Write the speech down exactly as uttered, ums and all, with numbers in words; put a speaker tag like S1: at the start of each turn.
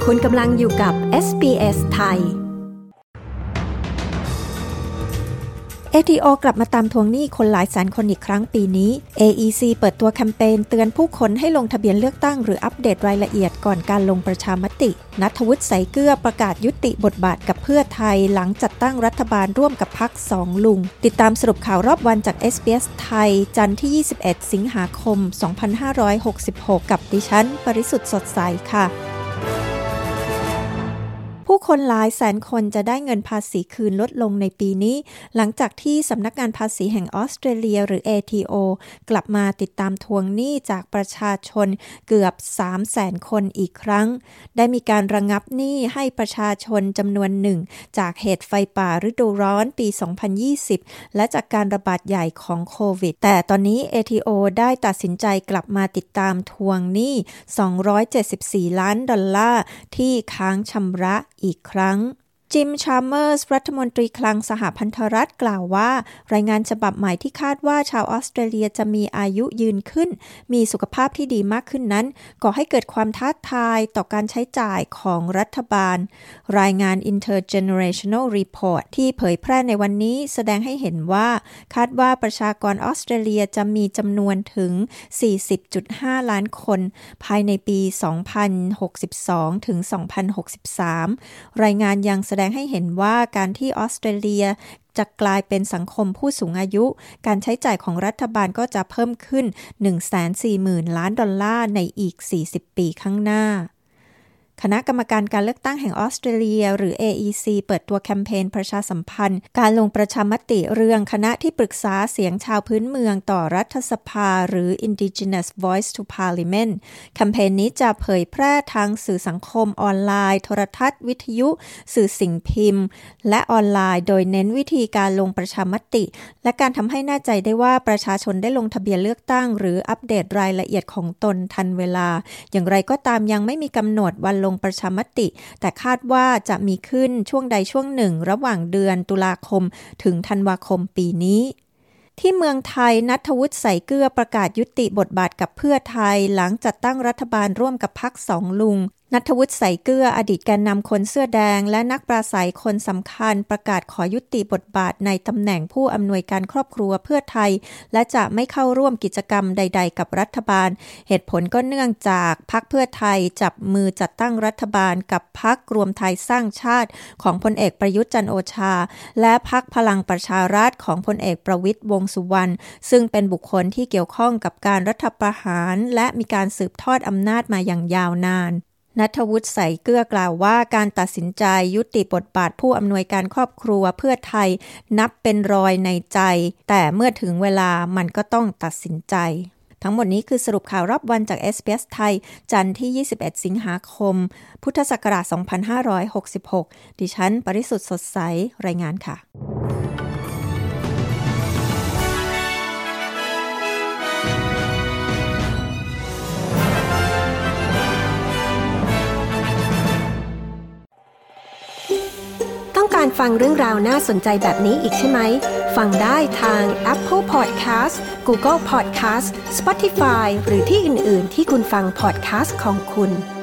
S1: คุณกำลังอยู่กับ เอส บี เอส ไทย เอ ที โอ กลับมาตามทวงหนี้คนหลายแสนคนอีกครั้งปีนี้ เอ อี ซี เปิดตัวแคมเปญเตือนผู้คนให้ลงทะเบียนเลือกตั้งหรืออัปเดตรายละเอียดก่อนการลงประชามติณัฐวุฒิ สายเกลือประกาศยุติบทบาทกับเพื่อไทยหลังจัดตั้งรัฐบาลร่วมกับพรรคสองลุงติดตามสรุปข่าวรอบวันจาก เอส บี เอส ไทยจันทร์ที่ยี่สิบเอ็ดสิงหาคมสองพันห้าร้อยหกสิบหกกับดิฉันปริสุทธิ์สดใสค่ะผู้คนหลายแสนคนจะได้เงินภาษีคืนลดลงในปีนี้หลังจากที่สำนักงานภาษีแห่งออสเตรเลียหรือ เอ ที โอ กลับมาติดตามทวงหนี้จากประชาชนเกือบ สามแสนคนอีกครั้งได้มีการระงับหนี้ให้ประชาชนจำนวนหนึ่งจากเหตุไฟป่าฤดูร้อนปีสองพันยี่สิบและจากการระบาดใหญ่ของโควิดแต่ตอนนี้ เอ ที โอ ได้ตัดสินใจกลับมาติดตามทวงหนี้สองร้อยเจ็ดสิบสี่ล้านดอลลาร์ที่ค้างชำระอีกครั้งจิม ชาร์เมอร์สรัฐมนตรีคลังสหพันธรัฐกล่าวว่ารายงานฉบับใหม่ที่คาดว่าชาวออสเตรเลียจะมีอายุยืนขึ้นมีสุขภาพที่ดีมากขึ้นนั้นก่อให้เกิดความท้าทายต่อการใช้จ่ายของรัฐบาลรายงาน Intergenerational Report ที่เผยแพร่ในวันนี้แสดงให้เห็นว่าคาดว่าประชากรออสเตรเลียจะมีจำนวนถึง สี่สิบจุดห้า ล้านคนภายในปี สองพันหกสิบสอง ถึง สองพันหกสิบสาม รายงานยังแสดงให้เห็นว่าการที่ออสเตรเลียจะกลายเป็นสังคมผู้สูงอายุการใช้จ่ายของรัฐบาลก็จะเพิ่มขึ้น หนึ่งแสนสี่หมื่น ล้านดอลลาร์ในอีกสี่สิบปีข้างหน้าคณะกรรมการการเลือกตั้งแห่งออสเตรเลียหรือ เอ อี ซี เปิดตัวแคมเปญประชาสัมพันธ์การลงประชามติเรื่องคณะที่ปรึกษาเสียงชาวพื้นเมืองต่อรัฐสภาหรือ Indigenous Voice to Parliament แคมเปญนี้จะเผยแพร่ทางสื่อสังคมออนไลน์โทรทัศน์วิทยุสื่อสิ่งพิมพ์และออนไลน์โดยเน้นวิธีการลงประชามติและการทำให้แน่ใจได้ว่าประชาชนได้ลงทะเบียนเลือกตั้งหรืออัปเดตรายละเอียดของตนทันเวลาอย่างไรก็ตามยังไม่มีกำหนดวันลงประชามติแต่คาดว่าจะมีขึ้นช่วงใดช่วงหนึ่งระหว่างเดือนตุลาคมถึงธันวาคมปีนี้ที่เมืองไทยณัฐวุฒิ สายเกลือประกาศยุติบทบาทกับเพื่อไทยหลังจัดตั้งรัฐบาลร่วมกับพรรคสองลุงณัฐวุฒิ สายเกลืออดีตแกนนำคนเสื้อแดงและนักปราศัยคนสำคัญประกาศขอยุติบทบาทในตำแหน่งผู้อำนวยการครอบครัวเพื่อไทยและจะไม่เข้าร่วมกิจกรรมใดๆกับรัฐบาลเหตุผลก็เนื่องจากพรรคเพื่อไทยจับมือจัดตั้งรัฐบาลกับพรรครวมไทยสร้างชาติของพลเอกประยุทธ์จันทร์โอชาและพรรคพลังประชารัฐของพลเอกประวิตรวงษ์สุวรรณซึ่งเป็นบุคคลที่เกี่ยวข้องกับการรัฐประหารและมีการสืบทอดอำนาจมาอย่างยาวนานณัฐวุฒิ สายเกลือกล่าวว่าการตัดสินใจยุติบทบาทผู้อำนวยการครอบครัวเพื่อไทยนับเป็นรอยในใจแต่เมื่อถึงเวลามันก็ต้องตัดสินใจทั้งหมดนี้คือสรุปข่าวรอบวันจาก เอส บี เอส ไทยจันทร์ที่ยี่สิบเอ็ดสิงหาคมพุทธศักราชสองพันห้าร้อยหกสิบหกดิฉันปริสุทธิ์สดใสรายงานค่ะ
S2: ต้องการฟังเรื่องราวน่าสนใจแบบนี้อีกใช่ไหมฟังได้ทาง Apple Podcast Google Podcast Spotify หรือที่อื่นๆที่คุณฟัง podcast ของคุณ